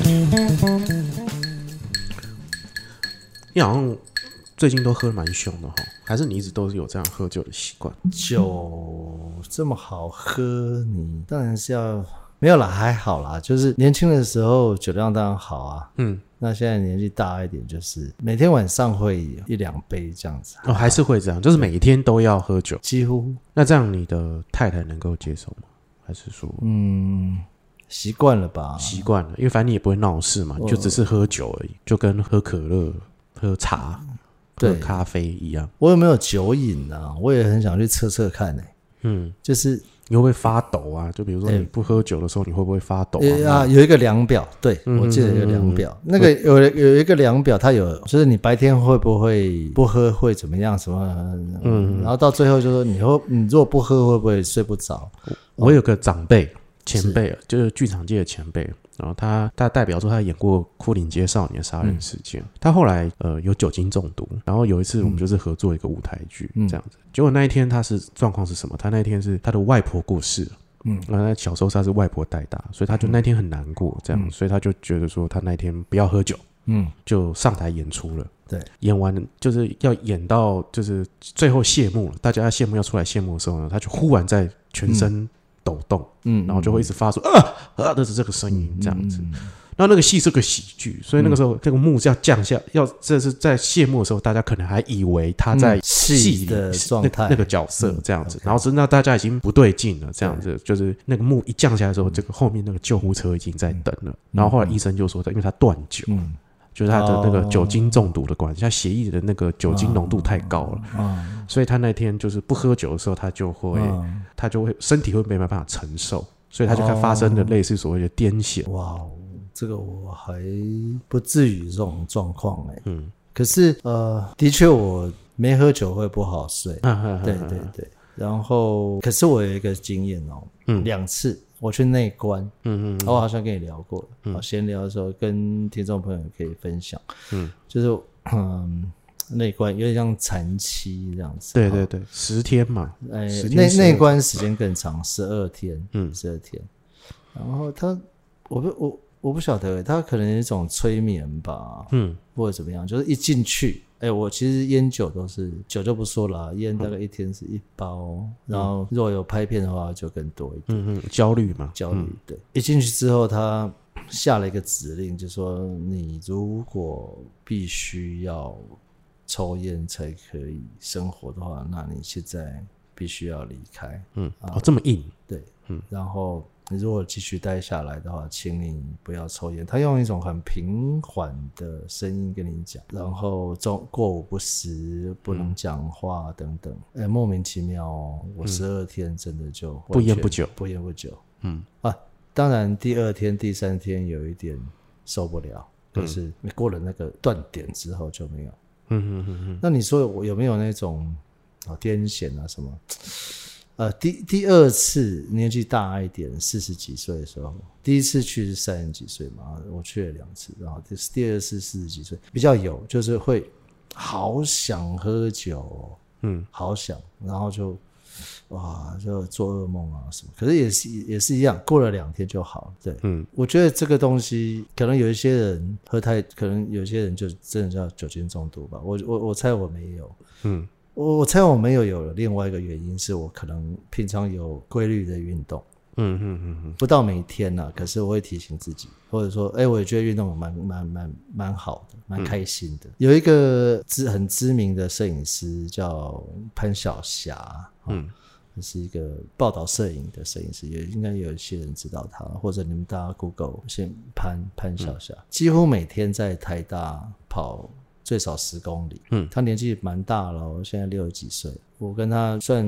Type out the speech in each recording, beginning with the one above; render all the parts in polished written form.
你好像最近都喝蛮凶的哈，还是你一直都是有这样喝酒的习惯？ 酒这么好喝，你当然是要没有啦，还好啦，就是年轻的时候酒量当然好啊。那现在年纪大一点，就是每天晚上会一两杯这样子。 哦，还是会这样，就是每一天都要喝酒， 几乎。 那这样你的太太能够接受吗？还是说习惯了吧？ 习惯了，因为反正你也不会闹事嘛，就只是喝酒而已，就跟喝可乐、喝茶、喝咖啡一样。 我有没有酒瘾啊？我也很想去测测看就是你会不会发抖啊？就比如说你不喝酒的时候，你会不会发抖啊？有一个量表，对，我记得有一个量表，那个有一个量表，它有就是你白天会不会不喝会怎么样什么，然后到最后就说你如果不喝会不会睡不着？ 我有个长辈前辈，就是剧场界的前辈，然后他代表说他演过牯岭街少年杀人事件，他后来有酒精中毒，然后有一次我们就是合作一个舞台剧这样子，结果那一天状况是什么？他那一天是他的外婆过世了。然后小时候他是外婆带大，所以他就那天很难过这样，所以他就觉得说他那天不要喝酒，就上台演出了。 对， 演完就是要演到就是最后谢幕了，大家谢幕要出来谢幕的时候呢，他就忽然在全身抖动，然后就会一直发出的这个声音这样子。然后那个戏是个喜剧，所以那个时候这个幕要降下，这是在谢幕的时候，大家可能还以为他在戏的状态那个角色这样子，然后那大家已经不对劲了，这样子就是那个幕一降下来的时候，这个后面那个救护车已经在等了，然后后来医生就说，因为他断酒。就是他的那个酒精中毒的关系，他血液的那个酒精浓度太高了，所以他那天就是不喝酒的时候，他就会身体会没办法承受，所以他就发生了类似所谓的癫痫。 哇，这个我还不至于这种状况可是的确我没喝酒会不好睡，对对对。然后可是我有一个经验2次。我去内观，我好像跟你聊过了，闲聊的时候跟听众朋友可以分享，就是内观有点像禅期这样子， 对对对，10天嘛， 内观时间更长，12天，12天，然后我不晓得，他可能有一种催眠吧，或者怎么样，就是一进去。我其实烟酒都是酒就不说了，烟大概一天是1包，然后如果有拍片的话就更多一点。 焦虑嘛， 焦虑，对。一进去之后，他下了一个指令，就说你如果必须要抽烟才可以生活的话，那你现在必须要离开。 这么硬， 对，然后。你如果继续待下来的话，请你不要抽烟。他用一种很平缓的声音跟你讲，然后过午不食，不能讲话等等。莫名其妙我12天真的就不烟不酒， 不烟不酒。当然第2天、第3天有一点受不了，可是你过了那个断点之后就没有。那你说我有没有那种癫痫啊什么？第2次年纪大一点，40几岁的时候，第一次去是30几岁嘛，我去了2次，然后第2次40几岁，比较有，就是会好想喝酒，好想，然后就做噩梦啊什么，可是也是一样，过了2天就好，对，我觉得这个东西可能有一些人可能有些人就真的叫酒精中毒吧，我猜我没有，我猜我没有另外一个原因是我可能平常有规律的运动，不到每天啦，可是我会提醒自己，或者说，我也觉得运动蛮好的，蛮开心的。有一个很知名的摄影师叫潘晓霞，是一个报道摄影的摄影师，也应该有一些人知道他，或者你们大家 Google 先潘晓霞，几乎每天在台大跑。最少10公里，他年纪蛮大了，现在60几岁，我跟他算，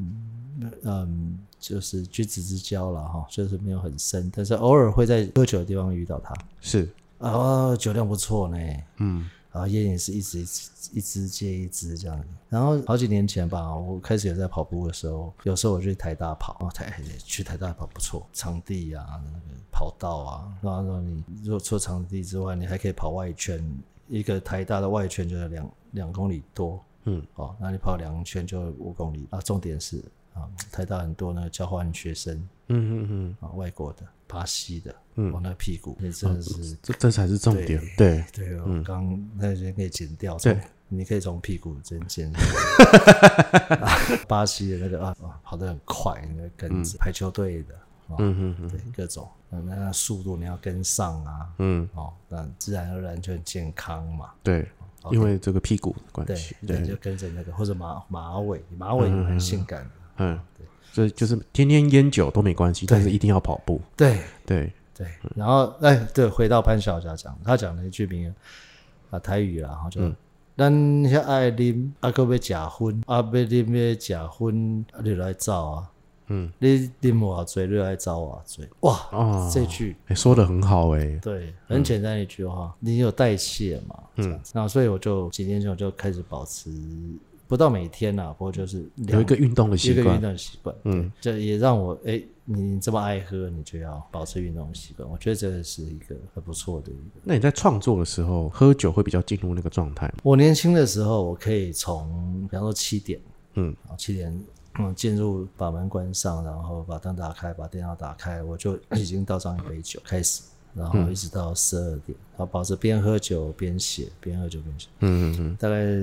就是君子之交了哈，就是没有很深，但是偶尔会在喝酒的地方遇到他， 是酒量不错呢，然后烟也是一支接一支这样，然后好几年前吧，我开始有在跑步的时候，有时候我去台大跑，去台大跑不错，场地啊，那个跑道啊，然后你如果除了场地之外，你还可以跑外圈。一个台大的外圈就是2公里多，那你跑2圈就5公里重点是台大很多那个交换学生，外国的、巴西的，那个屁股，那真的是这才是重点，对， 我刚那些可以剪掉， 对， 你可以从屁股真剪。巴西的那个跑得很快，那个跟排球队的。对，各种那速度你要跟上啊，那自然而然就很健康嘛。 对，因为这个屁股的关系， 对，就跟着那个或者马尾也很性感的， 对，所以就是天天烟酒都没关系，但是一定要跑步。 对，然后对，回到潘小佳讲，他讲了一句名言台语啦，就咱遐爱啉，还要吃薰，要啉要吃薰，你来走啊。你啉偌多，你来找偌多，哇！这句说得很好对，很简单一句话，你有代谢嘛？那所以我就几年前我就开始保持，不到每天啦，不过就是有一个运动的习惯， 这也让我你这么爱喝，你就要保持运动的习惯。我觉得这个是一个很不错的一个。 那你在创作的时候，喝酒会比较进入那个状态吗？ 我年轻的时候，我可以从比方说7点，7点。进入把门关上，然后把灯打开，把电脑打开，我就已经倒上一杯酒开始，然后一直到12点，然后保持边喝酒边写，边喝酒边写。大概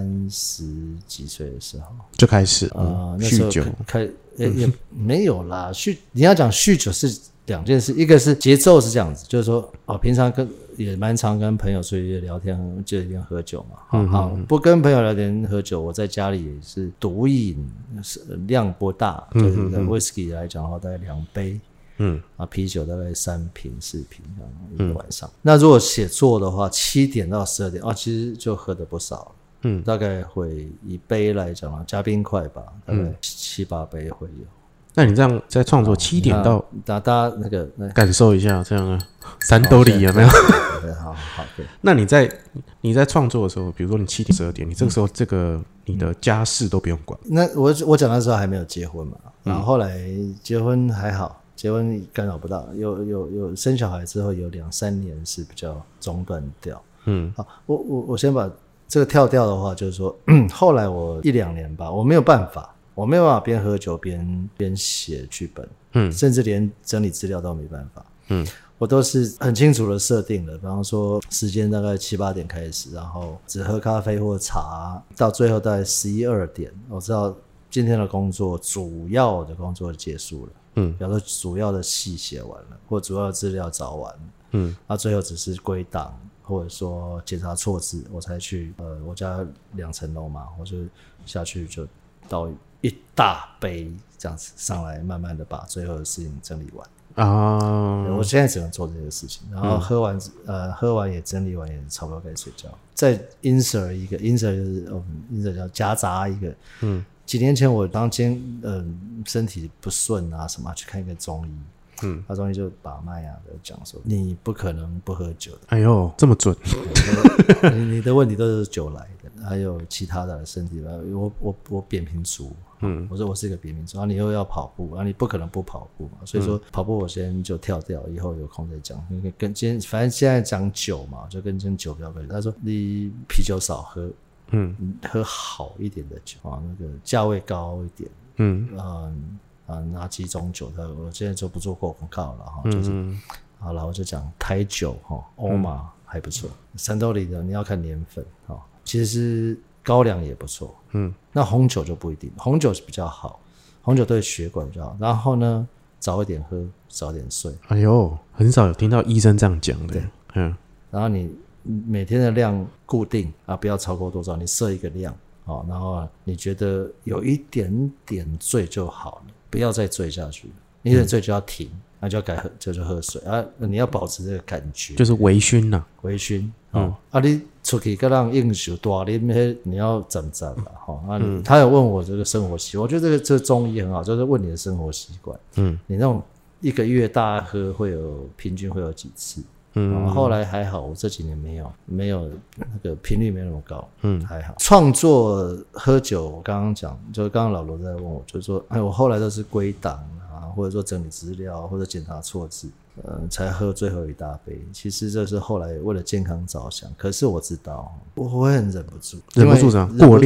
30几岁的时候就开始那时候酗酒， 也没有啦。你要讲酗酒是2件事，一个是节奏是这样子，就是说平常也蛮常跟朋友出去聊天，就一边喝酒嘛。不跟朋友聊天喝酒，我在家里也是独饮，量不大，就是whisky 来讲的话，大概2杯。啤酒大概3瓶4瓶一个晚上。那如果写作的话，7点到12点其实就喝得不少了。大概会以杯来讲加冰块吧，大概7、8杯会有。 那你这样在创作7点到， 大家那个感受一下这样啊，三兜里有没有？ 好，对。 那你在创作的时候，比如说你7点12点，你这个时候你的家事都不用管。 那我讲的时候还没有结婚嘛，然后后来结婚还好，结婚干扰不到，有生小孩之后有2-3年是比较中断掉。好，我先把这个跳掉的话，就是说后来我1-2年吧，我没有办法边喝酒边写剧本，甚至连整理资料都没办法。我都是很清楚的设定了，比方说时间大概7、8点开始，然后只喝咖啡或茶，到最后大概11、12点，我知道今天的工作主要的工作结束了。比方说主要的戏写完了，或主要的资料找完了，那最后只是归档或者说检查错字，我才去我家2层楼嘛，我就下去就倒一大杯这样子上来，慢慢的把最后的事情整理完。我现在只能做这个事情，然后喝完也整理完，也差不多该睡觉。再 insert 一个 insert 就是insert 叫夹杂一个。几年前我当身体不顺啊什么，去看一个中医。他中医就把脉就讲说你不可能不喝酒的。 哎呦，这么准！ 你的问题都是酒来的，还有其他的身体吧。我扁平足。我说我是一个扁平足，然后你又要跑步，然后你不可能不跑步嘛，所以说跑步我先就跳掉，以后有空再讲。反正现在讲酒嘛，就跟酒比较关系。他说你啤酒少喝，喝好一点的酒那个价位高一点，哪几种酒的，我现在就不做过广告了就是好了，我就讲台酒欧玛还不错，三兜里的你要看年份其实高粱也不错，那红酒就不一定，红酒是比较好，红酒对血管比较好。然后呢，早一点喝，早点睡。 哎呦，很少有听到医生这样讲的。 对，然后你每天的量固定不要超过多少，你设一个量然后你觉得有一点点醉就好了，不要再醉下去，你的醉就要停。那就要改喝，就喝水你要保持这个感觉， 就是微醺呐， 微醺。你出去跟人应酬大啉，你要怎么啦？他有问我这个生活习惯，我觉得这个中医很好，就是问你的生活习惯。你那种1个月大喝平均会有几次？后来还好，我这几年没有那个频率没那么高，还好。创作喝酒，我刚刚讲，就是刚刚老罗在问我，就是说，我后来都是归档或者说整理资料，或者检查错字，才喝最后一大杯。其实这是后来为了健康着想，可是我知道我会很忍不住， 什么过量。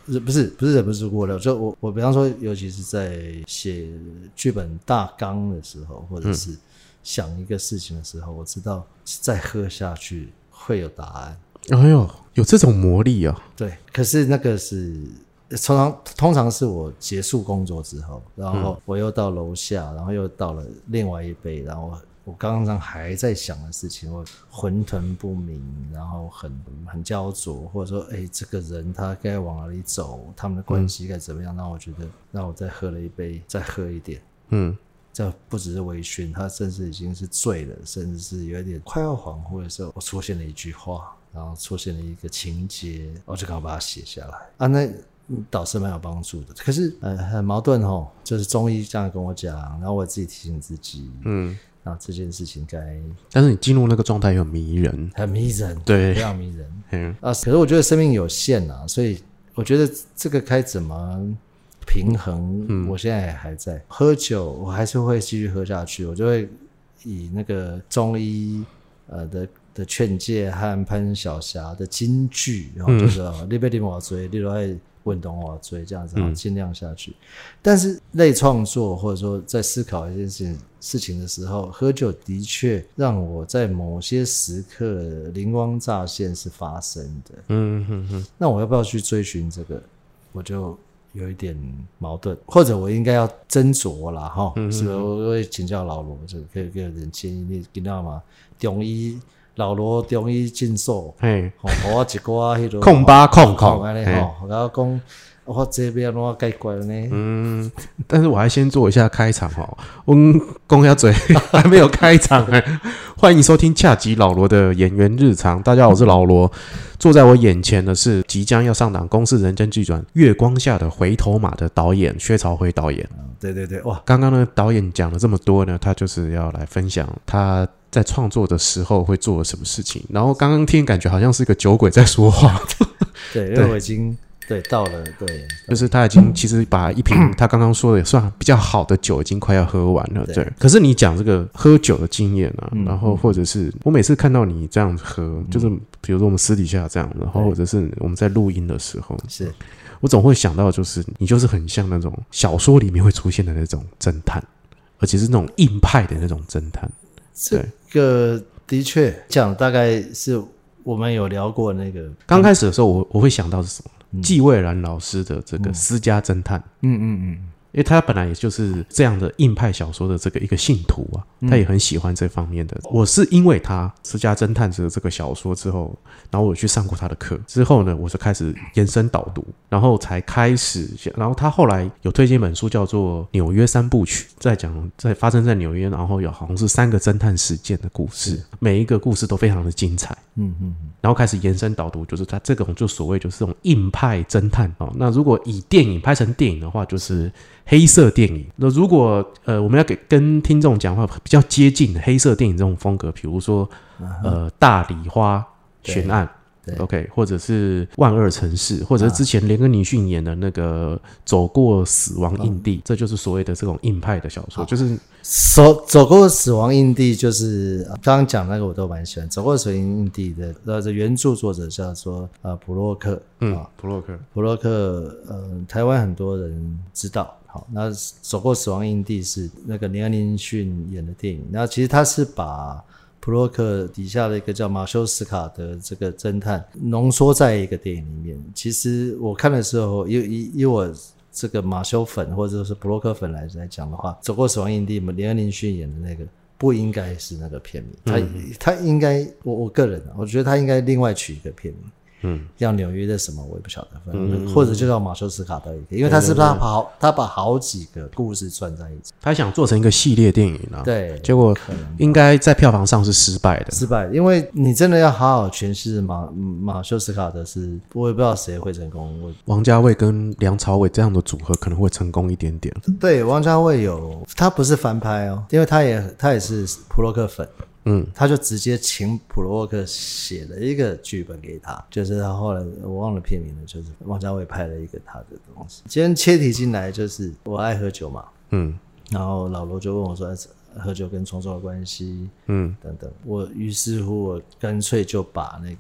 不是忍不住过了，就我比方说，尤其是在写剧本大纲的时候，或者是想一个事情的时候，我知道再喝下去会有答案。 哎呦，有这种魔力啊！ 对，可是那个是通常是我结束工作之后，然后我又到楼下，然后又到了另外一杯，然后我刚刚还在想的事情，我混沌不明，然后很焦灼，或者说，这个人他该往哪里走，他们的关系该怎么样？那我觉得，那我再喝了一杯，再喝一点，这不只是微醺，他甚至已经是醉了，甚至是有一点快要恍惚的时候，我出现了一句话，然后出现了一个情节，我就赶快把它写下来啊，那导师蛮有帮助的。可是很矛盾哦，就是中医这样跟我讲，然后我自己提醒自己，然后这件事情但是你进入那个状态又很迷人， 很迷人， 对， 非常迷人可是我觉得生命有限啊，所以我觉得这个该怎么平衡，我现在还在喝酒，我还是会继续喝下去，我就会以那个中医的劝诫和潘晓霞的金句，然后就是你要啉偌多，你就要运动偌多，这样子尽量下去。但是类创作或者说在思考一件事情的时候，喝酒的确让我在某些时刻灵光乍现是发生的。那我要不要去追寻这个，我就有一点矛盾，或者我应该要斟酌啦是不是？我会请教老罗，就可以给点建议。你知道吗？老罗中医进修，给我一挂迄个 0800 安尼然后讲我这边怎么解决了呢？ 但是我还先做一下开场我讲下嘴还没有开场欢迎收听恰吉老罗的演员日常。大家好，我是老罗。坐在我眼前的是即将要上档公视人间剧转《月光下的回头马》的导演薛朝辉导演。 对对对，哇！ 刚刚呢，导演讲了这么多呢，他就是要来分享他在创作的时候会做什么事情。然后刚刚听感觉好像是一个酒鬼在说话。 对，因为我已经到了，对， 就是他已经其实把一瓶他刚刚说的也算比较好的酒已经快要喝完了。对，可是你讲这个喝酒的经验啊，然后或者是我每次看到你这样喝，就是比如说我们私底下这样，然后或者是我们在录音的时候， 是我总会想到就是你就是很像那种小说里面会出现的那种侦探，而且是那种硬派的那种侦探。 这个的确讲大概是我们有聊过那个刚开始的时候我会想到是什么？纪蔚然老师的这个私家侦探。因为他本来也就是这样的硬派小说的这个一个信徒啊，他也很喜欢这方面的。我是因为他《私家侦探》这个小说之后，然后我去上过他的课之后呢，我就开始延伸导读，然后才开始。然后他后来有推荐一本书叫做《纽约三部曲》，在发生在纽约，然后有好像是3个侦探事件的故事，每一个故事都非常的精彩。然后开始延伸导读，就是他这种就所谓就是这种硬派侦探那如果以电影拍成电影的话，就是黑色电影。那如果我们要跟听众讲话比较接近的黑色电影这种风格，比如说大礼花悬案，OK， 或者是万恶城市，或者是之前连根尼逊演的那个走过死亡印地，这就是所谓的这种硬派的小说，就是走过死亡印地，就是刚刚讲那个我都蛮喜欢。走过死亡印地的原著作者叫做普洛克，普洛克，台湾很多人知道。好，那走过死亡印地是那个连根尼逊演的电影，那其实他是把普洛克底下的一个叫马修斯卡的这个侦探浓缩在一个电影里面。其实我看的时候，以我这个马修粉或者是普洛克粉来讲的话，走过死亡印地连根尼逊演的那个不应该是那个片名，他应该我个人我觉得他应该另外取一个片名。叫纽约的什么我也不晓得，或者就叫马修斯卡都也可以，因为他是他把好几个故事串在一起， 他想做成一个系列电影啊， 对， 结果应该在票房上是失败的， 因为你真的要好好诠释马修斯卡的是，我也不知道谁会成功。 王家卫跟梁朝伟这样的组合可能会成功一点点。 对，王家卫他不是翻拍因为他也是普洛克粉。他就直接请普洛克写了一个剧本给他，就是他后来我忘了片名了，就是王家卫拍了一个他的东西。今天切题进来就是我爱喝酒嘛，然后老罗就问我说喝酒跟创作的关系，等等。于是乎我干脆就把那个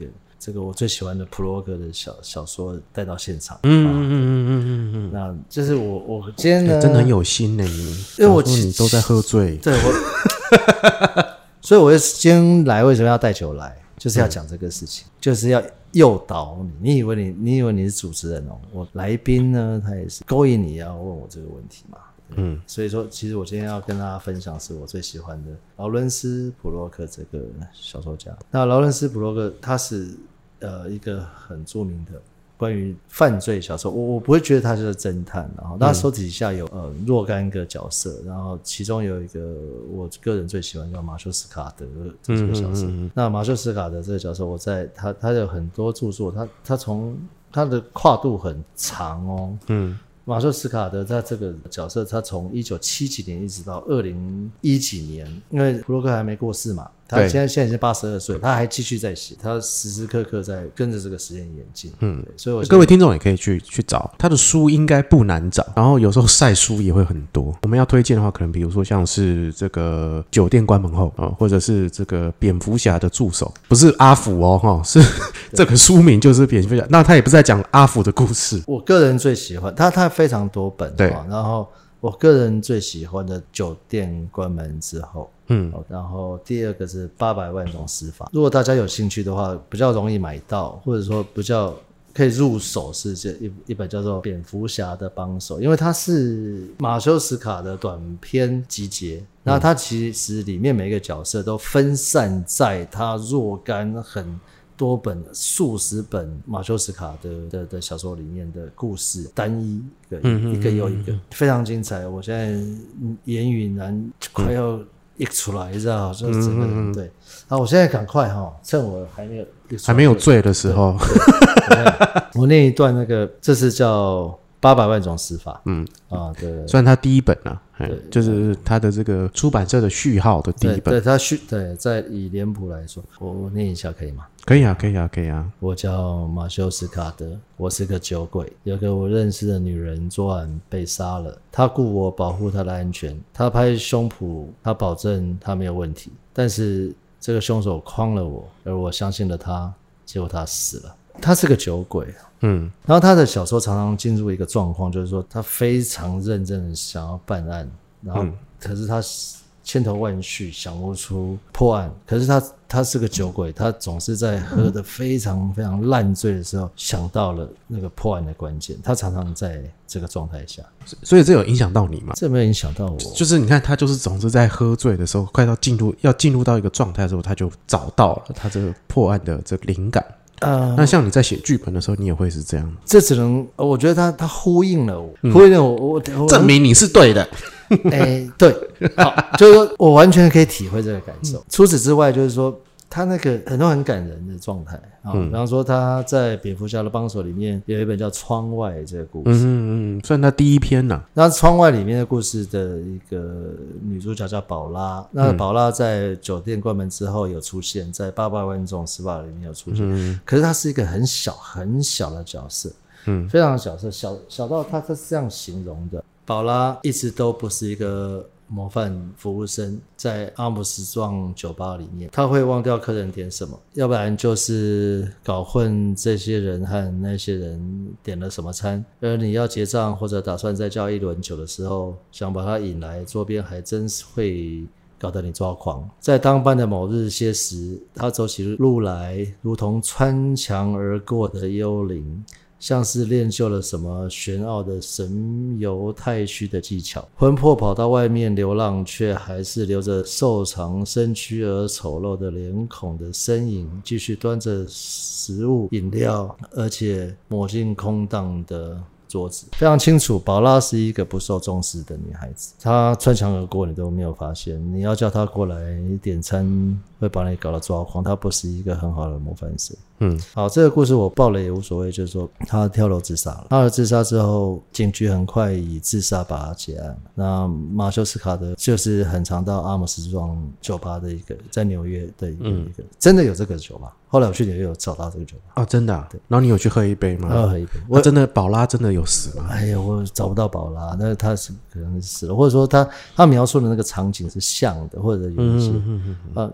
这个我最喜欢的普洛克的小说带到现场。那就是我今天呢， 真的很有心呢，因为你都在喝醉， 对所以我今天来为什么要带酒来，就是要讲这个事情，就是要诱导你。你以为你是主持人哦，我来宾呢，他也是勾引你要问我这个问题嘛。所以说其实我今天要跟大家分享是我最喜欢的劳伦斯·普洛克这个小说家。那劳伦斯·普洛克他是一个很著名的关于犯罪小说，我不会觉得他就是侦探，然后他手底下有若干个角色，然后其中有一个我个人最喜欢叫马修斯卡德这个角色。那马修斯卡德这个角色，我在他有很多著作，他从他的跨度很长哦。马修斯卡德他这个角色，他从1970几年一直到2010几年，因为普洛克还没过世嘛，他现在已经82岁，他还继续在写，他时时刻刻在跟着这个时间演进。所以各位听众也可以去找他的书，应该不难找，然后有时候晒书也会很多。我们要推荐的话，可能比如说像是这个酒店关门后，或者是这个蝙蝠侠的助手，不是阿福哦，是这个书名就是蝙蝠侠，那他也不是在讲阿福的故事。 我个人最喜欢他非常多本，对，然后我个人最喜欢的酒店关门之后，然后第二个是800万种死法。如果大家有兴趣的话，比较容易买到，或者说比较可以入手是这一本叫做《蝙蝠侠的帮手》，因为它是马修斯卡的短篇集结。那它其实里面每一个角色都分散在它若干很多本数十本马修斯卡的小说里面的故事，单一一个又一个，非常精彩。我现在言语难快要溢出来，知道就是整个人对。好，我现在赶快趁我还没有醉的时候， 我念一段这是叫800万种死法。 对，算他第一本啊，就是他的这个出版社的序号的第一本。 对，他在以脸谱来说，我念一下可以吗？ 可以啊。 我叫马修斯卡德，我是个酒鬼。有个我认识的女人昨晚被杀了，她雇我保护她的安全，她拍胸脯，她保证她没有问题，但是这个凶手诓了我，而我相信了他，结果他死了。他是个酒鬼，然后他的小说常常进入一个状况，就是说他非常认真的想要办案，然后可是他千头万绪想不出破案，可是他是个酒鬼，他总是在喝得非常非常烂醉的时候想到了那个破案的关键，他常常在这个状态下。 所以这有影响到你吗？ 这没有影响到我， 就是你看他就是总是在喝醉的时候，快到要进入到一个状态的时候，他就找到了他这个破案的这个灵感。那像你在写剧本的时候，你也会是这样？ 这只能我觉得他呼应了我，呼应了我证明你是对的。 对，好，就是说我完全可以体会这个感受。除此之外，就是说他那个很多很感人的状态比方说他在蝙蝠侠的帮手里面有一本叫《窗外》这个故事， 算他第一篇呐。 那《窗外》里面的故事的一个女主角叫宝拉，那宝拉在酒店关门之后有出现，在800万种死法里面有出现，可是她是一个很小很小的角色，非常小色，小到她是这样形容的：宝拉一直都不是一个模范服务生，在阿姆斯壮酒吧里面，他会忘掉客人点什么，要不然就是搞混这些人和那些人点了什么餐，而你要结账或者打算再叫一轮酒的时候，想把他引来桌边，还真是会搞得你抓狂。在当班的某日歇时，他走起路来如同穿墙而过的幽灵，像是练就了什么玄奥的神游太虚的技巧，魂魄跑到外面流浪，却还是留着瘦长身躯而丑陋的脸孔的身影，继续端着食物饮料，而且抹进空荡的桌子。非常清楚，宝拉是一个不受重视的女孩子，她穿墙而过你都没有发现，你要叫她过来点餐会把你搞得抓狂，她不是一个很好的模范生。好，这个故事我爆了也无所谓，就是说他跳楼自杀了。他自杀之后，警局很快以自杀把他结案。那马修斯卡德就是很常到阿姆斯壮酒吧的一个，在纽约的一个，真的有这个酒吧。后来我去纽约有找到这个酒吧。 真的对。然后你有去喝一杯吗？ 喝一杯。 真的宝拉真的有死吗？ 哎呀，我找不到宝拉，那他是可能是死了，或者说他描述的那个场景是像的，或者有一些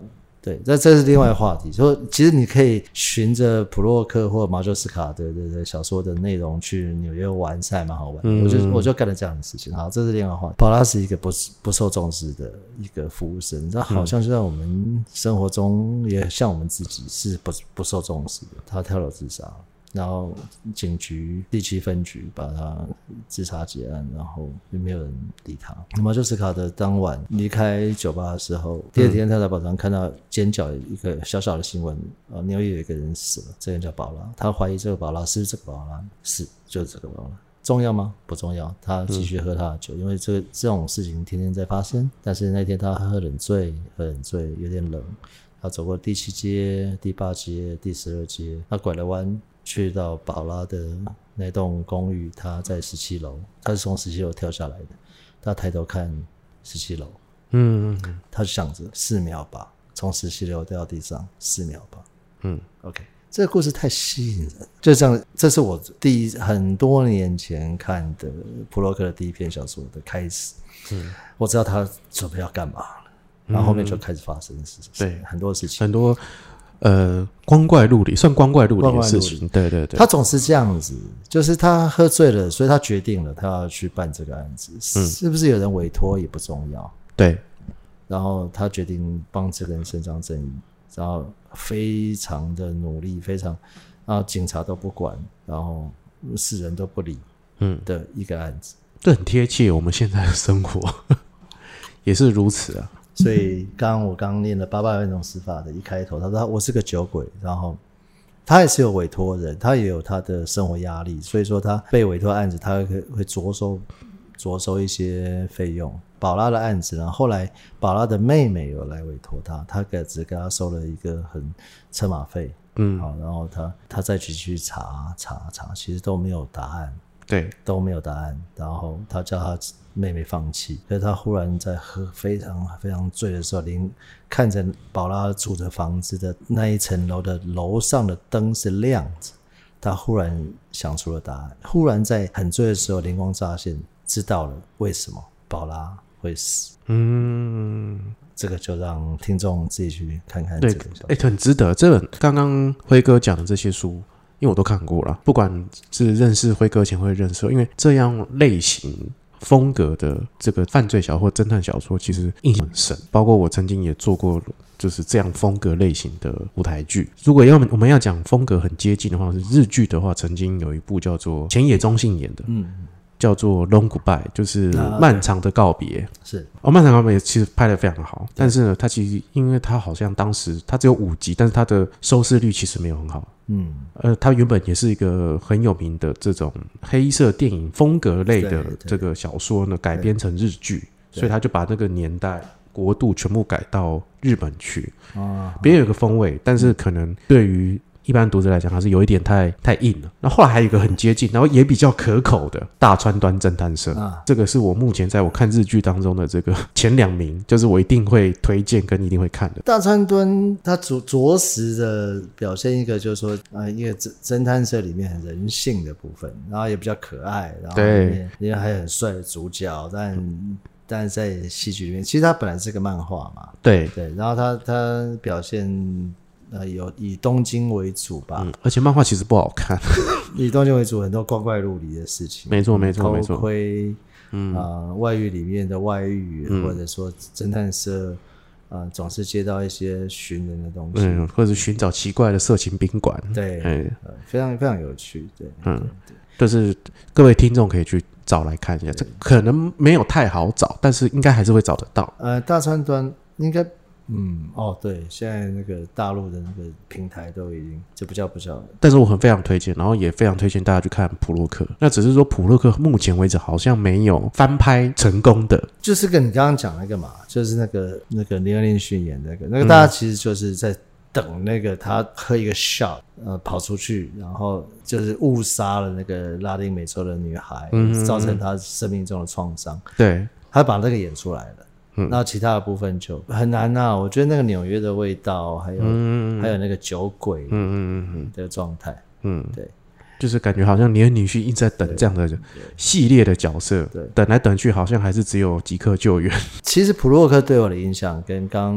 对，这是另外一个话题。说其实你可以循着普洛克或马修斯卡的小说的内容去纽约玩，是还蛮好玩的。我就干了这样的事情。好，这是另外一个话题。宝拉是一个不受重视的一个服务生，他好像就在我们生活中也像我们自己是不受重视的。他跳楼自杀了。然后警局第7分局把他自杀结案，然后也没有人理他。马修斯卡的当晚离开酒吧的时候，第二天他在报上看到尖角一个小小的新闻，纽约有一个人死了，这个人叫宝拉，他怀疑这个宝拉是不是这个宝拉，是就是这个宝拉。重要吗？不重要，他继续喝他的酒，因为这种事情天天在发生。但是那天他喝冷醉，有点冷，他走过第7街、第8街、第12街，他拐了弯去到宝拉的那栋公寓，他在17楼，他是从17楼跳下来的。他抬头看17楼，他就想着4秒吧，从17楼掉到地上4秒吧。OK， 这个故事太吸引人，就这样，这是我很多年前看的普洛克的第一篇小说的开始。我知道他准备要干嘛了，然后后面就开始发生事情，对，很多事情， 很多。光怪陆离，算光怪陆离的事情。对对对， 他总是这样子，就是他喝醉了，所以他决定了他要去办这个案子。是不是有人委托也不重要。 对， 然后他决定帮这个人伸张正义，然后非常的努力，然后警察都不管，然后世人都不理的一个案子。 这很贴切我们现在的生活，也是如此啊。 所以我刚念了800万种死法的一开头，他说我是个酒鬼，然后他也是有委托人，他也有他的生活压力，所以说他被委托案子他会着收一些费用。宝拉的案子，然后后来宝拉的妹妹有来委托他只给他收了一个车马费，好，然后他再去查，其实都没有答案， 对， 都没有答案，然后他叫他妹妹放弃，所以他忽然在喝非常非常醉的时候，看着宝拉住的房子的那一层楼的楼上的灯是亮着，他忽然想出了答案，忽然在很醉的时候灵光乍现，知道了为什么宝拉会死。这个就让听众自己去看看这个小说。 很值得。这本刚刚辉哥讲的这些书，因为我都看过了，不管是认识辉哥前会认识，因为这样类型风格的这个犯罪小说或侦探小说其实印象很深，包括我曾经也做过就是这样风格类型的舞台剧。如果我们要讲风格很接近的话，是日剧的话，曾经有一部叫做前野忠信演的，叫做 Long Goodbye， 就是漫长的告别。 是漫长的告别其实拍得非常好，但是呢，它其实因为它好像当时它只有5集，但是它的收视率其实没有很好。它原本也是一个很有名的这种黑色电影风格类的这个小说呢，改编成日剧，所以他就把那个年代国度全部改到日本去。别有一个风味，但是可能对于一般读者来讲还是有一点太硬了。那后来还有一个很接近然后也比较可口的大川端侦探社，这个是我目前在我看日剧当中的这个前2名，就是我一定会推荐跟一定会看的。 大川端他着实的表现一个就是说一个侦探社里面很人性的部分，然后也比较可爱，然后里面还有很帅的主角，但是在戏剧里面其实他本来是个漫画嘛，对，然后他表现有以东京为主吧， 而且漫画其实不好看， 以东京为主，很多光怪陆离的事情， 没错， 偷窥，外遇里面的外遇，或者说侦探社总是接到一些寻人的东西， 或者寻找奇怪的色情宾馆， 对，非常非常有趣，对， 就是各位听众可以去找来看一下，这可能没有太好找，但是应该还是会找得到。 大川端应该。对，现在那个大陆的那个平台都已经就不叫， 但是我非常推荐，然后也非常推荐大家去看普洛克。那只是说普洛克目前为止好像没有翻拍成功的， 就是跟你刚刚讲那个嘛，就是那个尼尔林逊演那个大家其实就是在等那个他喝一个 shot， 跑出去，然后就是误杀了那个拉丁美洲的女孩，造成他生命中的创伤。对，他把那个演出来了。那其他的部分就很难我觉得那个纽约的味道，还有那个酒鬼的状态，对， 就是感觉好像尼尔女婿一直在等这样的系列的角色，等来等去，好像还是只有即刻救援。 其实普洛克对我的影响跟刚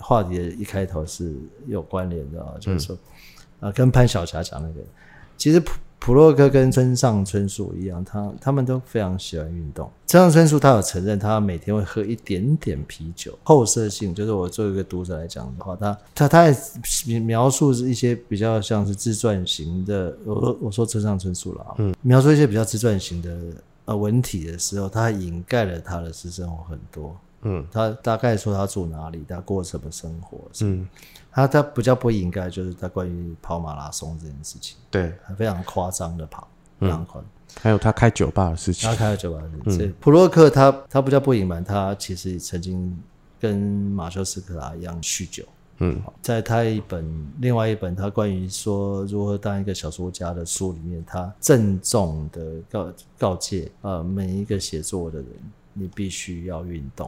话题的一开头是有关联的就是说跟潘晓霞讲那个，其实普洛克跟村上春树一样，他们都非常喜欢运动。村上春树他有承认他每天会喝一点点啤酒，后设性就是我作为一个读者来讲的话，他在描述一些比较像是自传型的，我说村上春树了描述一些比较自传型的文体的时候，他掩盖了他的私生活很多。他大概说他住哪里，他过什么生活，他比较不掩盖就是他关于跑马拉松这件事情， 对， 他非常夸张的跑，非常夸张。 还有他开酒吧的事情， 他开了酒吧的事情。普洛克他比较不隐瞒，他其实曾经跟马修斯克拉一样酗酒。在他另外一本他关于说如何当一个小说家的书里面，他郑重的告诫每一个写作的人，你必须要运动，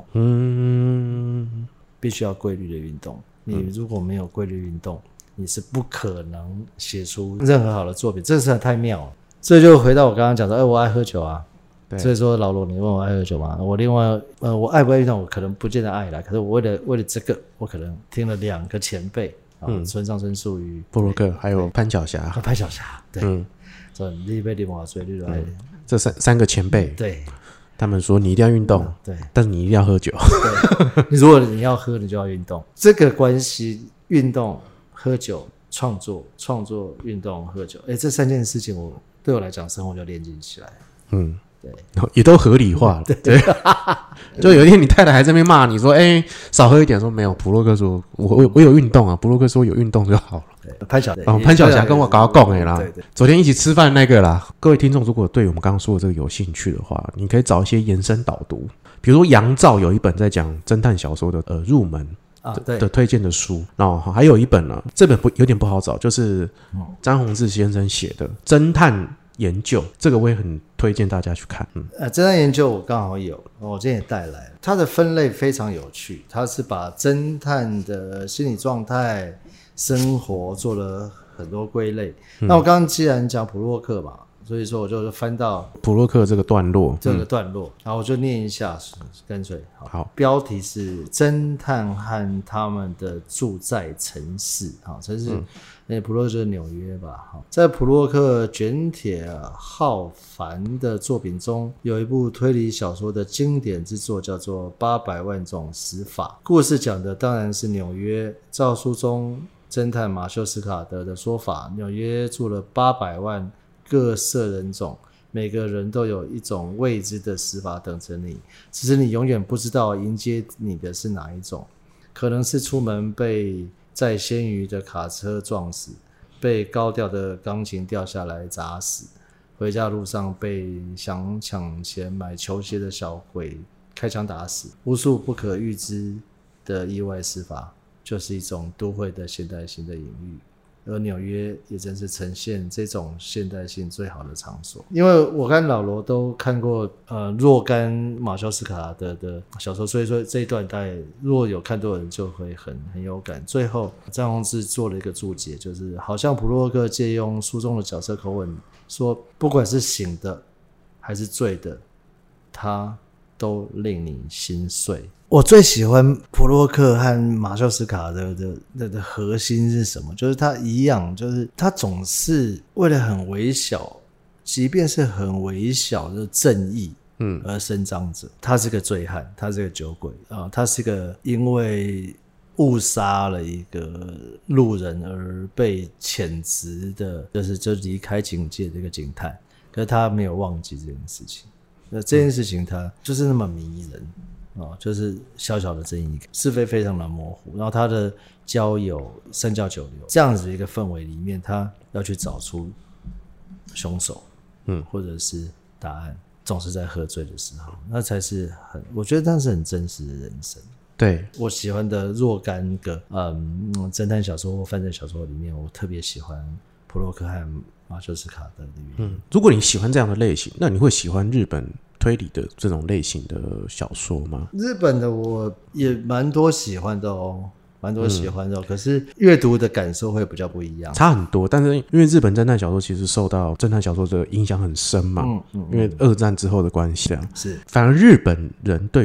必须要规律的运动。你如果没有规律运动，你是不可能写出任何好的作品，这实在太妙了。这就回到我刚刚讲的，我爱喝酒啊。所以说老罗，你问我爱喝酒吗？我另外我爱不爱运动，我可能不见得爱啦。可是我为了这个，我可能听了2个前辈村上春树与布洛克，还有潘晓霞。 潘晓霞，对，说你被你瓦水绿来， 这三个前辈， 对， 他们说你一定要运动， 对， 但是你一定要喝酒。 对，如果你要喝，你就要运动。这个关系，运动、喝酒、创作、运动、喝酒，这3件事情，对我来讲，生活就连接起来。对， 也都合理化了。对，就有一天你太太还在那边骂你说：“少喝一点。”说没有，普洛克说：“我有运动啊。”普洛克说：“有运动就好了。” 潘晓霞跟我搞讲的啦。昨天一起吃饭那个啦。各位听众，如果对我们刚刚说的这个有兴趣的话，你可以找一些延伸导读，比如说杨照有一本在讲侦探小说的入门的推荐的书，然后还有一本呢，这本有点不好找，就是张宏志先生写的《侦探研究》，这个我也很推荐大家去看。 侦探研究我刚好有，我今天也带来了。它的分类非常有趣，它是把侦探的心理状态、生活做了很多归类。那我刚刚既然讲普洛克嘛，所以说我就翻到普洛克这个段落， 然后我就念一下，干脆好。 标题是侦探和他们的住在城市，城市。普洛克就是纽约吧。在普洛克卷铁浩繁的作品中，有一部推理小说的经典之作，叫做《800万种死法》。故事讲的当然是纽约。照书中侦探马修斯卡德的说法，纽约住了800万各色人种，每个人都有一种未知的死法等着你，只是你永远不知道迎接你的是哪一种。可能是出门被载鲜鱼的卡车撞死，被高调的钢琴掉下来砸死，回家路上被想抢钱买球鞋的小鬼开枪打死，无数不可预知的意外死法，就是一种都会的现代性的隐喻。而纽约也正是呈现这种现代性最好的场所。因为我跟老罗都看过若干马修斯卡的小说，所以说这一段大概如果有看多的人就会很有感。最后张宏志做了一个注解，就是好像普洛克借用书中的角色口吻说，不管是醒的还是醉的，他都令你心碎。我最喜欢普洛克和马修斯卡的核心是什么？就是他一样，就是他总是为了很微小，即便是很微小的正义而伸张着。他是个醉汉，他是个酒鬼他是个因为误杀了一个路人而被谴责的，就离开警界的一个警探，可是他没有忘记这件事情。那这件事情他就是那么迷人就是小小的正义感，是非非常的模糊。然后他的交友三教九流这样子的一个氛围里面，他要去找出凶手或者是答案，总是在喝醉的时候，那才是我觉得那是很真实的人生。对，我喜欢的若干个侦探小说或犯罪小说里面，我特别喜欢普洛克和马修斯卡德的原因。如果你喜欢这样的类型，那你会喜欢日本推理的这种类型的小说吗？ 日本的我也蛮多喜欢的蛮多喜欢的可是阅读的感受会比较不一样， 差很多。但是因为日本侦探小说其实受到侦探小说的影响很深嘛，因为二战之后的关系是。反而日本人对于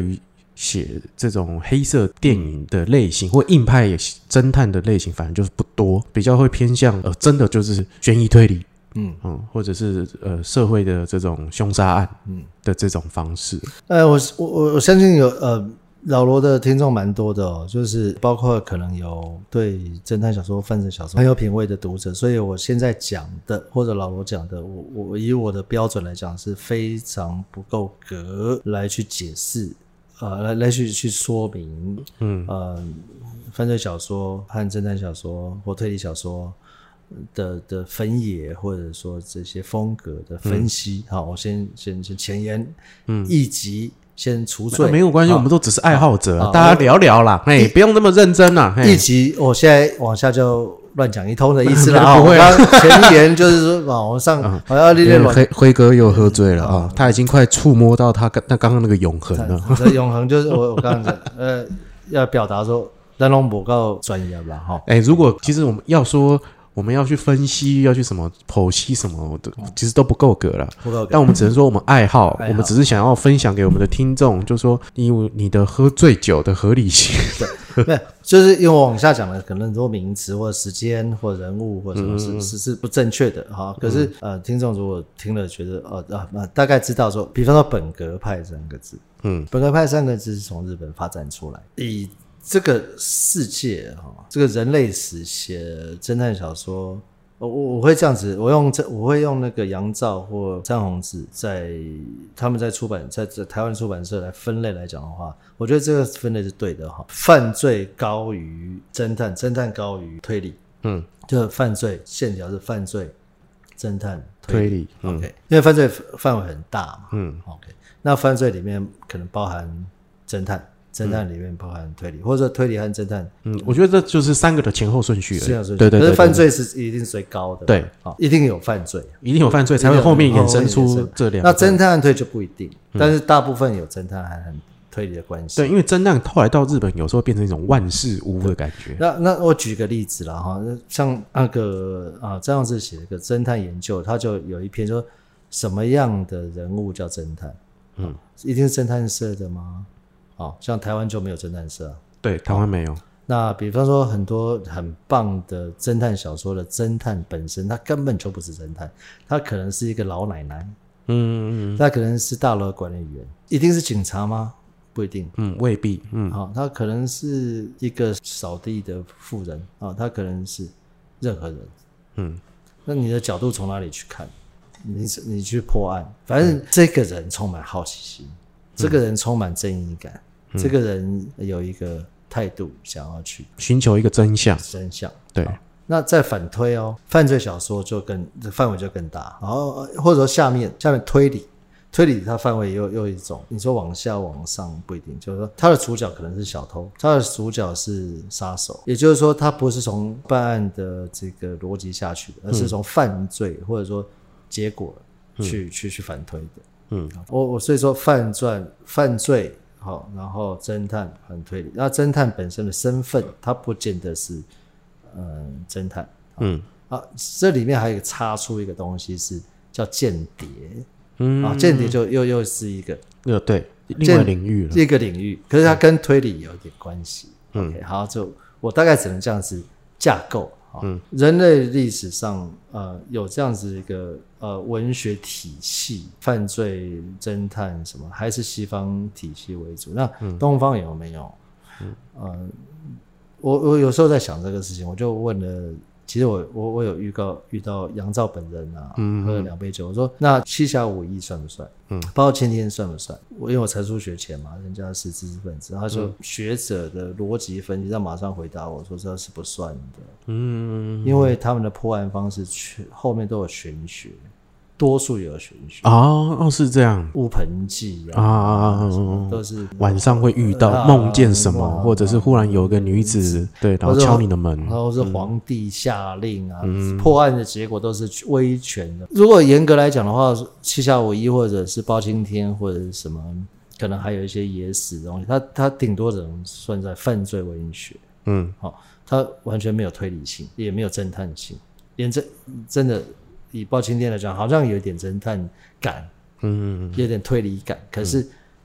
写这种黑色电影的类型或硬派侦探的类型，反正就是不多，比较会偏向真的就是悬疑推理，或者是社会的这种凶杀案的这种方式。 我相信有老罗的听众蛮多的哦，就是包括可能有对侦探小说、犯罪小说很有品味的读者，所以我现在讲的或者老罗讲的，我以我的标准来讲是非常不够格来去解释，来去说明，犯罪小说和侦探小说或推理小说的分野，或者说这些风格的分析。好，我先前言，一集。先除罪， 没有关系，我们都只是爱好者，大家聊聊啦，不用那么认真啦。 一集我现在往下就乱讲一通的意思啦。不会，前言就是说，我上我要练辉哥又喝醉了啊，他已经快触摸到他刚刚那个永恒了。 永恒就是我刚刚讲，要表达说，咱拢不够专业吧？哈， 如果其实我们要说。我们要去分析，要去什么剖析什么的，其实都不够格了。但我们只能说我们爱好，我们只是想要分享给我们的听众，就是说你的喝醉酒的合理性。 对，就是因为我往下讲的可能很多名词或者时间或者人物或者什么是不正确的哈。可是听众如果听了觉得大概知道说，比方说本格派3个字，本格派3个字是从日本发展出来，以这个世界这个人类史写侦探小说，我会这样子，我会用那个杨照或张宏志他们在台湾出版社来分类来讲的话，我觉得这个分类是对的哈。犯罪高于侦探，侦探高于推理，就犯罪线条是犯罪、侦探、推理。OK， 因为犯罪范围很大嘛，OK， 那犯罪里面可能包含侦探。侦探里面包含推理，或者说推理和侦探。 我觉得这就是3个的前后顺序而已。对， 可是犯罪是一定是最高的。对，一定有犯罪， 一定有犯罪才会后面衍生出这两个。 那侦探和推就不一定，但是大部分有侦探和推理的关系。 对，因为侦探后来到日本，有时候变成一种万事屋的感觉。 那我举个例子啦哈，像那个张耀志写了一个侦探研究，他就有一篇说什么样的人物叫侦探？一定是侦探社的吗？像台湾就没有侦探社对，台湾没有。 那比方说很多很棒的侦探小说的侦探本身，他根本就不是侦探，他可能是一个老奶奶，他可能是大楼管理员，一定是警察吗？不一定， 未必， 他可能是一个扫地的妇人他可能是任何人，那你的角度从哪里去看？你去破案，反正这个人充满好奇心，这个人充满正义感。这个人有一个态度，想要去寻求一个真相。对。 那再反推犯罪小说就范围就更大，然后或者说下面推理它范围又一种，你说往下往上不一定，就是说他的主角可能是小偷，他的主角是杀手，也就是说他不是从办案的这个逻辑下去的，而是从犯罪或者说结果去反推的。我所以说犯罪。好，然后侦探和推理，那侦探本身的身份，它不见得是侦探，这里面还有插出一个东西是叫间谍，间谍就又是一个对另外领域了， 一个领域，可是它跟推理有点关系。OK， 好，就我大概只能这样子架构。人类历史上有这样子一个文学体系，犯罪侦探什么还是西方体系为主，那东方有没有？我有时候在想这个事情，我就问了，其实我有遇到杨照本人喝了2杯酒，我说那7侠5义算不算？包括1000天算不算？因为我才疏学浅嘛，人家是知识分子，他说学者的逻辑分析，他马上回答我说这是不算的，因为他们的破案方式后面都有玄学。多数有玄学是这样， 乌盆记都是晚上会遇到梦见什么，或者是忽然有个女子对，然后敲你的门， 然后是皇帝下令破案的结果都是威权的。如果严格来讲的话，7侠5义或者是包青天或者是什么，可能还有一些野史的东西，它顶多只能算在犯罪文学。它完全没有推理性，也没有侦探性，连真的。以包青天来讲，好像有点侦探感，有点推理感，可是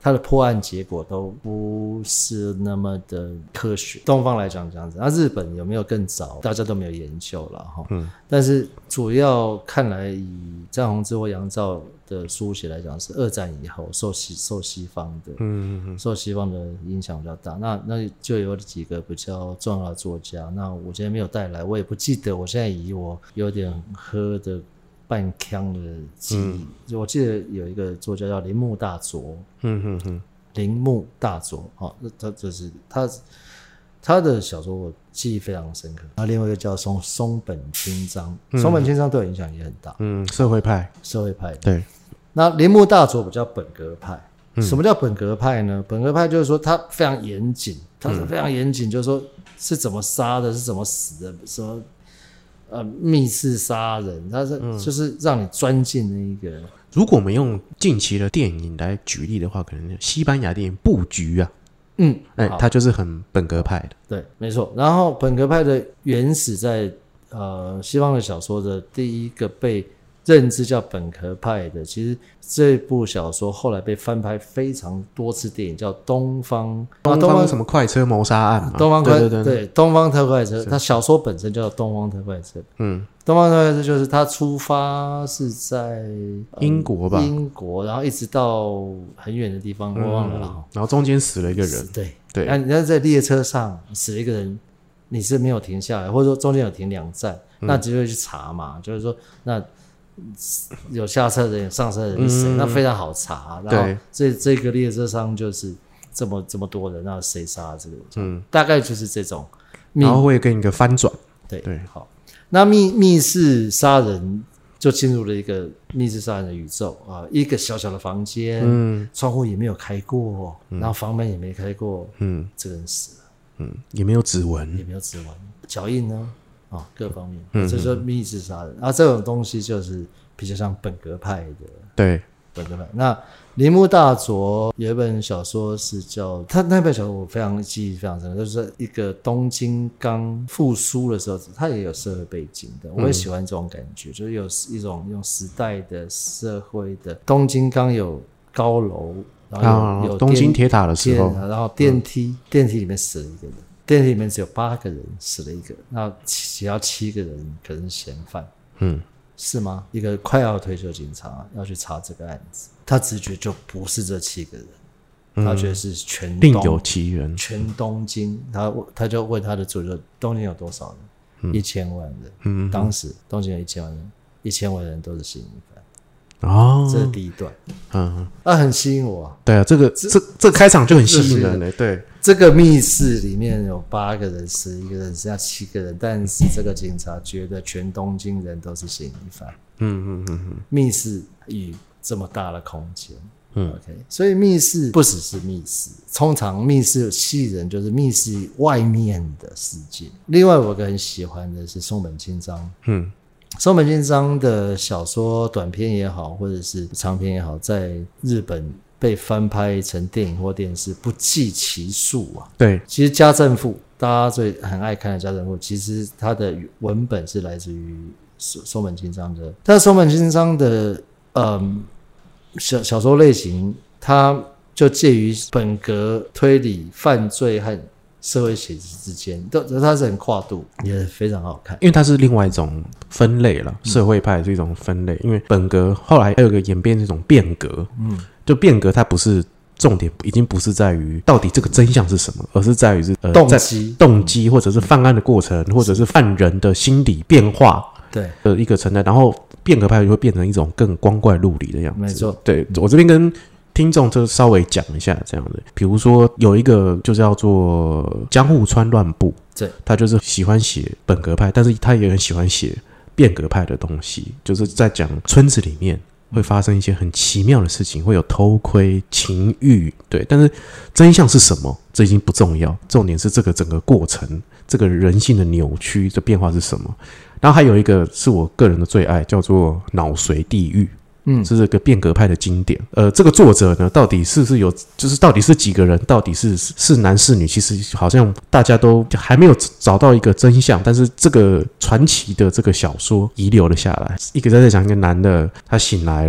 它的破案结果都不是那么的科学。东方来讲这样子，那日本有没有更早，大家都没有研究了但是主要看来以詹宏志或杨照的书写来讲，是二战以后受西方的受西方的影响比较大。那就有几个比较重要的作家，那我今天没有带来，我也不记得，我现在以我有点喝的半腔的记忆，我记得有一个作家叫铃木大佐，铃木大佐，他就是他的小说我记忆非常深刻。那另外一个叫松本清张，松本清张对我影响也很大， 社会派的， 对。那铃木大佐比较本格派。什么叫本格派呢？本格派就是说他非常严谨，他是非常严谨，就是说是怎么杀的，是怎么死的，什么密室杀人，他是就是让你钻进那一个。 如果我们用近期的电影来举例的话，可能西班牙电影《布局》啊，它就是很本格派的。 对，没错。然后本格派的原始在西方的小说的第一个被认知叫本格派的，其实这部小说后来被翻拍非常多次电影，叫东方什么快车谋杀案嘛， 东方特快车，它小说本身叫东方特快车。东方特快车就是它出发是在英国吧， 然后一直到很远的地方，我忘了了。 然后中间死了一个人， 对，你要在列车上死了一个人，你是没有停下来，或者说中间有停2站，那就会去查嘛，就是说那。有下车的人、上车的人是谁？那非常好查。然后这个列车上就是这么多人，那谁杀这个？大概就是这种。 然后会跟一个翻转。 对，好。那密室杀人就进入了一个密室杀人的宇宙啊，一个小小的房间，窗户也没有开过，然后房门也没开过，这个人死了， 也没有指纹， 脚印呢？各方面，这就是密室杀人。这种东西就是比较像本格派的， 对， 本格派。那铃木大佐有一本小说是叫他那本小说，我记忆非常深刻，就是一个东京刚复苏的时候，他也有社会背景的，我也喜欢这种感觉，就是有一种用时代的社会的东京刚有高楼，然后有东京铁塔的时候， 然后电梯里面死了一个人。电梯里面只有8个人，死了一个，那其他7个人可能是嫌犯，是吗？一个快要退休警察要去查这个案子，他直觉就不是这7个人，他觉得是另有其人， 全东京，他就问他的主人，东京有多少人？1000万人，当时东京有1000万人，1000万人都是嫌疑犯。这是第一段，很吸引我。 对啊，这开场就很吸引人嘞。对， 这个密室里面有8个人，11个人，剩下7个人，但是这个警察觉得全东京人都是嫌疑犯。密室与这么大的空间，OK， 所以密室不只是密室，通常密室吸引人就是密室外面的世界。另外，我很喜欢的是松本清张，松本清张的小说短篇也好，或者是长篇也好，在日本被翻拍成电影或电视不计其数啊。 对， 其实家政妇大家很爱看的家政妇，其实它的文本是来自于松本清张的，但松本清张的小说类型，它就介于本格推理、犯罪和社会写实之间，它是很跨度，也非常好看。 因为它是另外一种分类了，社会派是一种分类。因为本格后来还有一个演变，这种变革，就变革它不是重点，已经不是在于到底这个真相是什么，而是在于动机，或者是犯案的过程，或者是犯人的心理变化的一个承担。然后变革派就会变成一种更光怪陆离的样子。 没错， 对，我这边跟听众就稍微讲一下这样的，比如说有一个就叫做江户川乱步， 对， 他就是喜欢写本格派，但是他也很喜欢写变革派的东西，就是在讲村子里面会发生一些很奇妙的事情，会有偷窥、情欲，对，但是真相是什么，这已经不重要，重点是这个整个过程，这个人性的扭曲，这变化是什么。然后还有一个是我个人的最爱，叫做脑髓地狱。这是个变革派的经典。这个作者呢，到底是不是有，就是到底是几个人，到底是男是女，其实好像大家都还没有找到一个真相。但是这个传奇的这个小说遗留了下来，一个在讲一个男的，他醒来了，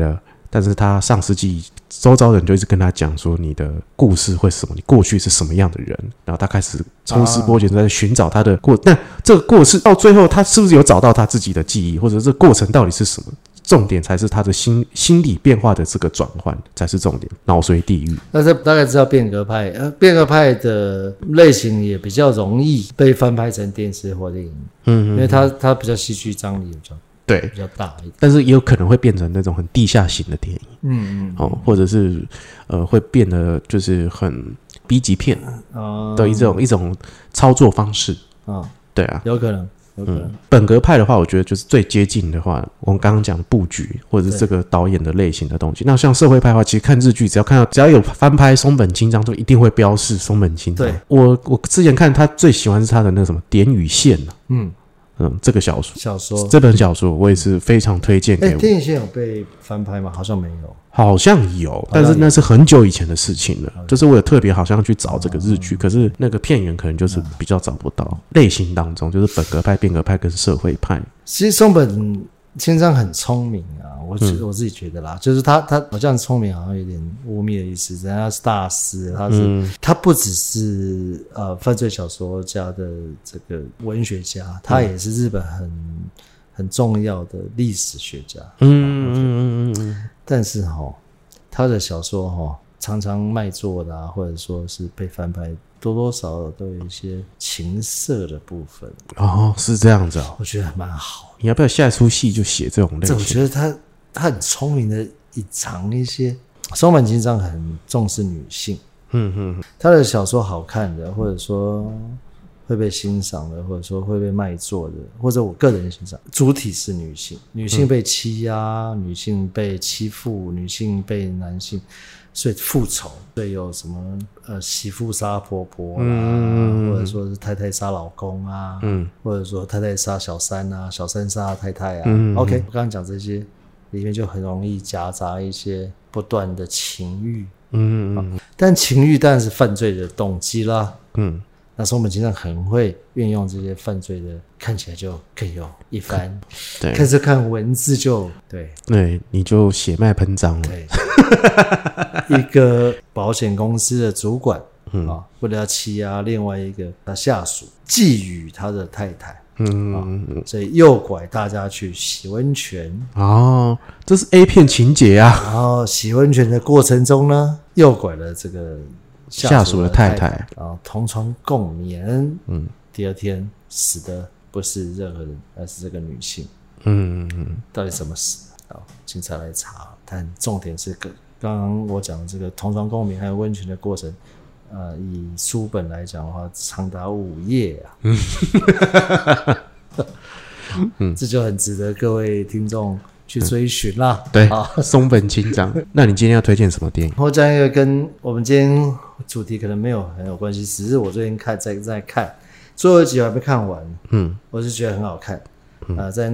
但是他上世纪周遭人就一直跟他讲说你的故事会是什么，你过去是什么样的人，然后他开始抽丝剥茧在寻找他的那这个过程到最后他是不是有找到他自己的记忆，或者这个过程到底是什么，重点才是他的心理变化的这个转换才是重点，脑髓地狱。 那这大概知道变革派，变革派的类型也比较容易被翻拍成电视或电影，因为它比较戏剧张力比较大一点， 但是也有可能会变成那种很地下型的电影，或者是会变得就是很 B 级片的一种操作方式，对啊， 有可能。 本格派的话，我觉得就是最接近的话，我们刚刚讲的布局或者是这个导演的类型的东西。那像社会派的话，其实看日剧，只要有翻拍松本清张，就一定会标示松本清张。对，我之前看他最喜欢是他的那个什么点与线这个小说，这本小说我也是非常推荐给我。 点与线有被翻拍吗？好像没有。 好像有，但是那是很久以前的事情了。就是我有特别好像去找这个日剧，可是那个片源可能就是比较找不到。类型当中就是本格派、变革派跟社会派。 其实松本清张很聪明啊，我自己觉得啦，就是他好像聪明，好像有点污蔑的意思。人家是大师，他不只是犯罪小说家的这个文学家，他也是日本很重要的历史学家。但是他的小说常常卖座的或者说是被翻拍，多多少少都有一些情色的部分。 是这样子我觉得还蛮好。 你要不要下一出戏就写这种类型？ 我觉得他很聪明的隐藏一些。松本清张很重视女性，他的小说好看的，或者说会被欣赏的，或者说会被卖座的，或者我个人欣赏，主体是女性，女性被欺压，女性被欺负，女性被男性所以复仇，所以有什么媳妇杀婆婆或者说是太太杀老公啊，或者说太太杀小三啊，小三杀太太啊。OK， 我刚刚讲这些里面就很容易夹杂一些不断的情欲，但情欲当然是犯罪的动机啦，那松本清张很会运用这些犯罪的，看起来就更有一番。对，开始看文字就对， 你就血脉喷张了。 对，一个保险公司的主管为了要欺压另外一个他下属，觊觎他的太太，所以诱拐大家去洗温泉。 这是 A 片情节啊。 然后洗温泉的过程中呢，诱拐了这个下属的太太，然后同床共眠。第二天死的不是任何人，而是这个女性。到底怎么死？警察来查，但重点是刚刚我讲的这个同床共眠还有温泉的过程，以书本来讲的话，长达5页啊。这就很值得各位听众去追寻啦。 对，松本清张。那你今天要推荐什么电影？ 我讲一个跟我们今天主题可能没有很有关系，只是我最近在看，最后一集我还没看完。我是觉得很好看。在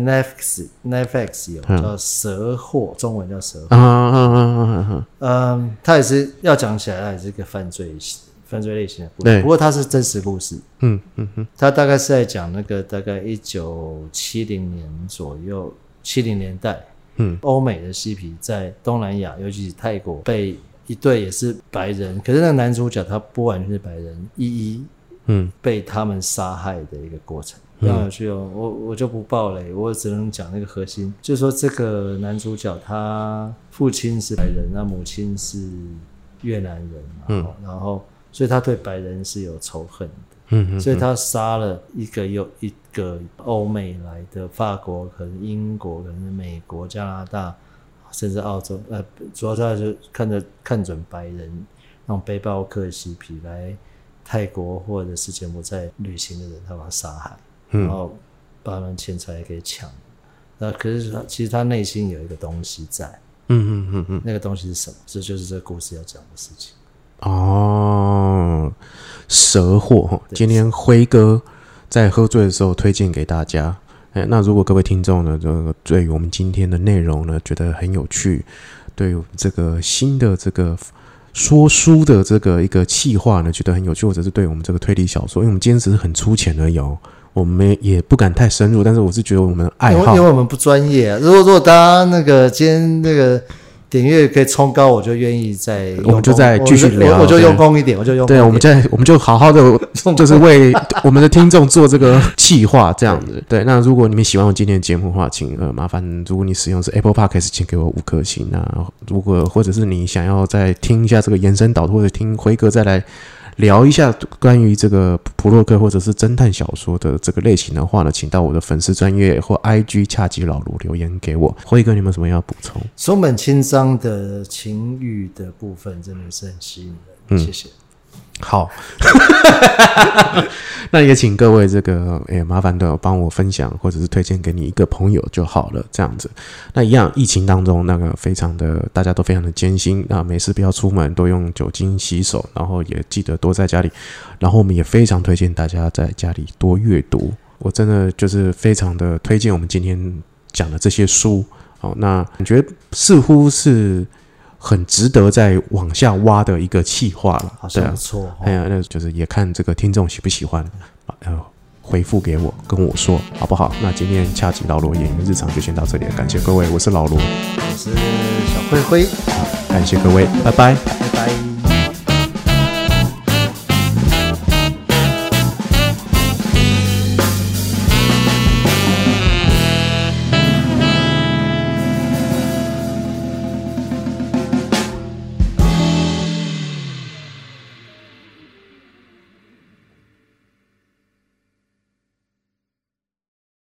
Netflix 有叫蛇货，中文叫蛇货。它也是要讲起来，它也是一个犯罪类型的故事，不过它是真实故事。它大概是在讲那个大概1970年左右，70年代，欧美的嬉皮在东南亚，尤其是泰国，被一对也是白人，可是那个男主角他不完全是白人，被他们杀害的一个过程。非常有趣哦，我就不爆雷，我只能讲那个核心，就是说这个男主角他父亲是白人，那母亲是越南人，然后所以他对白人是有仇恨的，所以他杀了一个又一个欧美来的，法国可能英国可能美国加拿大甚至澳洲，主要他就看准白人那种背包客嬉皮来泰国或者是柬埔寨旅行的人，他把他杀害，然后把他们钱财给抢了。可是其实他内心有一个东西在，那个东西是什么？这就是这个故事要讲的事情。 蛇货，今天辉哥在喝醉的时候推荐给大家。那如果各位听众呢，对于我们今天的内容呢，觉得很有趣，对于这个新的这个说书的这个一个企划呢，觉得很有趣，或者是对我们这个推理小说，因为我们今天只是很粗浅而已我们也不敢太深入，但是我是觉得我们爱好， 因为我们不专业啊。如果大家那个今天那个点阅可以冲高，我就愿意再， 我们就再继续聊， 我就用功一点， 对，我们就好好的，就是为我们的听众做这个企划这样子。对，那如果你们喜欢我今天的节目的话，请麻烦，如果你使用是 Apple Podcast， 请给我5颗星。那如果或者是你想要再听一下这个延伸导或者听辉哥再来聊一下关于这个普洛克或者是侦探小说的这个类型的话呢，请到我的粉丝专页或 IG 恰吉老卢留言给我。辉哥，你有没有什么要补充？ 松本清张的情欲的部分真的是很吸引人，谢谢。 好，那也请各位这个麻烦的帮我分享或者是推荐给你一个朋友就好了，这样子。那一样，疫情当中那个非常的大家都非常的艰辛，那没事不要出门，多用酒精洗手，然后也记得多在家里，然后我们也非常推荐大家在家里多阅读。我真的就是非常的推荐我们今天讲的这些书。好，那我觉得似乎是很值得再往下挖的一个企划了， 好像不错。 那就是也看这个听众喜不喜欢，回复给我，跟我说好不好？那今天恰吉老罗演员日常就先到这里了，感谢各位，我是老罗， 我是小灰灰， 感谢各位，拜拜。